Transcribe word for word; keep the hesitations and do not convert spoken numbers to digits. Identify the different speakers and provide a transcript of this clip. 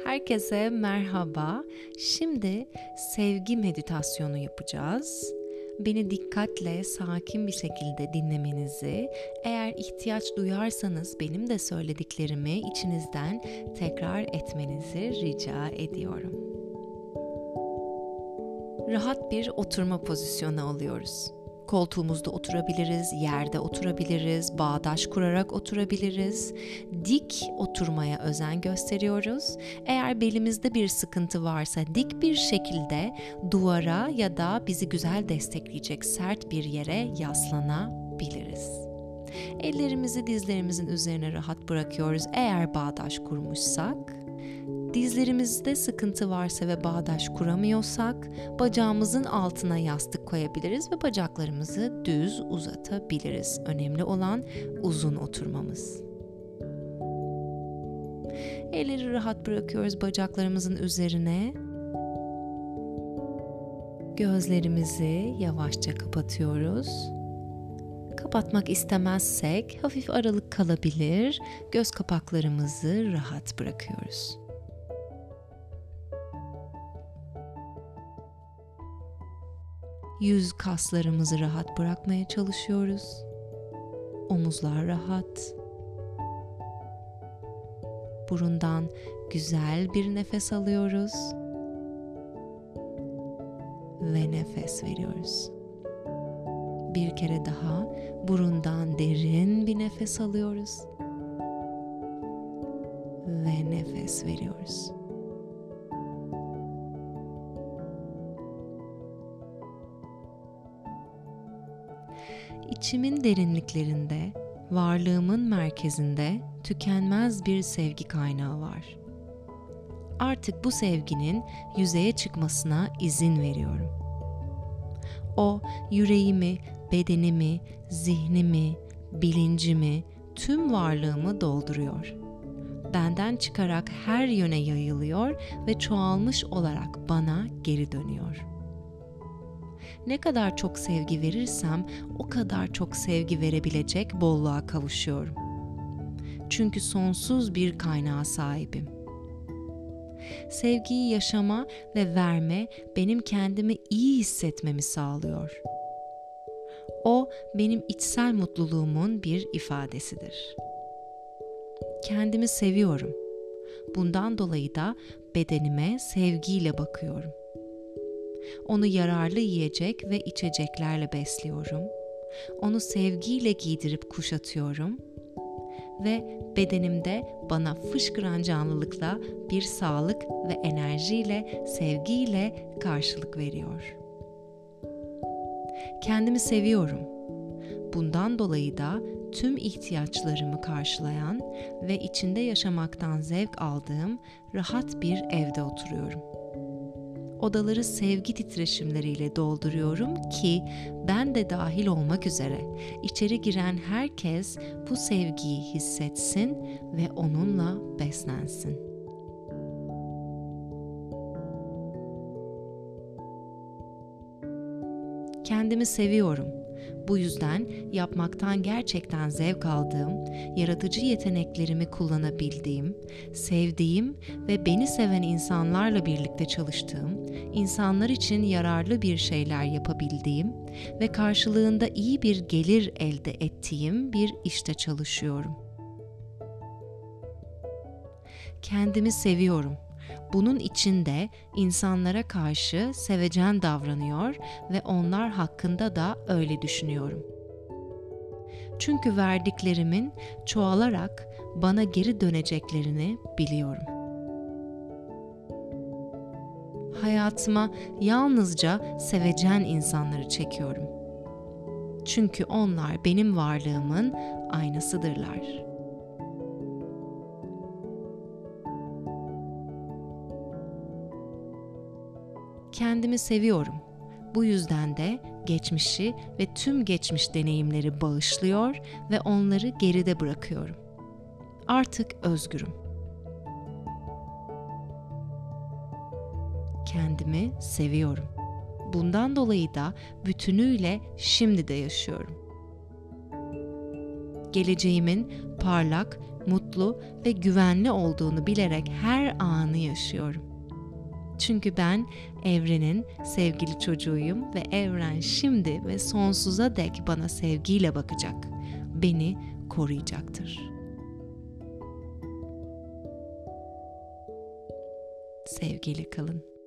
Speaker 1: Herkese merhaba. Şimdi sevgi meditasyonu yapacağız. Beni dikkatle, sakin bir şekilde dinlemenizi, eğer ihtiyaç duyarsanız benim de söylediklerimi içinizden tekrar etmenizi rica ediyorum. Rahat bir oturma pozisyonu alıyoruz. Koltuğumuzda oturabiliriz, yerde oturabiliriz, bağdaş kurarak oturabiliriz. Dik oturmaya özen gösteriyoruz. Eğer belimizde bir sıkıntı varsa dik bir şekilde duvara ya da bizi güzel destekleyecek sert bir yere yaslanabiliriz. Ellerimizi dizlerimizin üzerine rahat bırakıyoruz eğer bağdaş kurmuşsak. Dizlerimizde sıkıntı varsa ve bağdaş kuramıyorsak, bacağımızın altına yastık koyabiliriz ve bacaklarımızı düz uzatabiliriz. Önemli olan uzun oturmamız. Elleri rahat bırakıyoruz bacaklarımızın üzerine. Gözlerimizi yavaşça kapatıyoruz. Kapatmak istemezsek hafif aralık kalabilir. Göz kapaklarımızı rahat bırakıyoruz. Yüz kaslarımızı rahat bırakmaya çalışıyoruz. Omuzlar rahat. Burundan güzel bir nefes alıyoruz ve nefes veriyoruz. Bir kere daha burundan derin bir nefes alıyoruz ve nefes veriyoruz. İçimin derinliklerinde, varlığımın merkezinde tükenmez bir sevgi kaynağı var. Artık bu sevginin yüzeye çıkmasına izin veriyorum. O, yüreğimi, bedenimi, zihnimi, bilincimi, tüm varlığımı dolduruyor. Benden çıkarak her yöne yayılıyor ve çoğalmış olarak bana geri dönüyor. Ne kadar çok sevgi verirsem o kadar çok sevgi verebilecek bolluğa kavuşuyorum. Çünkü sonsuz bir kaynağa sahibim. Sevgiyi yaşama ve verme benim kendimi iyi hissetmemi sağlıyor. O benim içsel mutluluğumun bir ifadesidir. Kendimi seviyorum. Bundan dolayı da bedenime sevgiyle bakıyorum. Onu yararlı yiyecek ve içeceklerle besliyorum. Onu sevgiyle giydirip kuşatıyorum. Ve bedenimde bana fışkıran canlılıkla bir sağlık ve enerjiyle, sevgiyle karşılık veriyor. Kendimi seviyorum. Bundan dolayı da tüm ihtiyaçlarımı karşılayan ve içinde yaşamaktan zevk aldığım rahat bir evde oturuyorum. Odaları sevgi titreşimleriyle dolduruyorum ki ben de dahil olmak üzere içeri giren herkes bu sevgiyi hissetsin ve onunla beslensin. Kendimi seviyorum. Bu yüzden yapmaktan gerçekten zevk aldığım, yaratıcı yeteneklerimi kullanabildiğim, sevdiğim ve beni seven insanlarla birlikte çalıştığım, insanlar için yararlı bir şeyler yapabildiğim ve karşılığında iyi bir gelir elde ettiğim bir işte çalışıyorum. Kendimi seviyorum. Bunun için de insanlara karşı sevecen davranıyor ve onlar hakkında da öyle düşünüyorum. Çünkü verdiklerimin çoğalarak bana geri döneceklerini biliyorum. Hayatıma yalnızca sevecen insanları çekiyorum. Çünkü onlar benim varlığımın aynasıdırlar. Kendimi seviyorum. Bu yüzden de geçmişi ve tüm geçmiş deneyimleri bağışlıyor ve onları geride bırakıyorum. Artık özgürüm. Kendimi seviyorum. Bundan dolayı da bütünüyle şimdi de yaşıyorum. Geleceğimin parlak, mutlu ve güvenli olduğunu bilerek her anı yaşıyorum. Çünkü ben evrenin sevgili çocuğuyum ve evren şimdi ve sonsuza dek bana sevgiyle bakacak. Beni koruyacaktır. Sevgiyle kalın.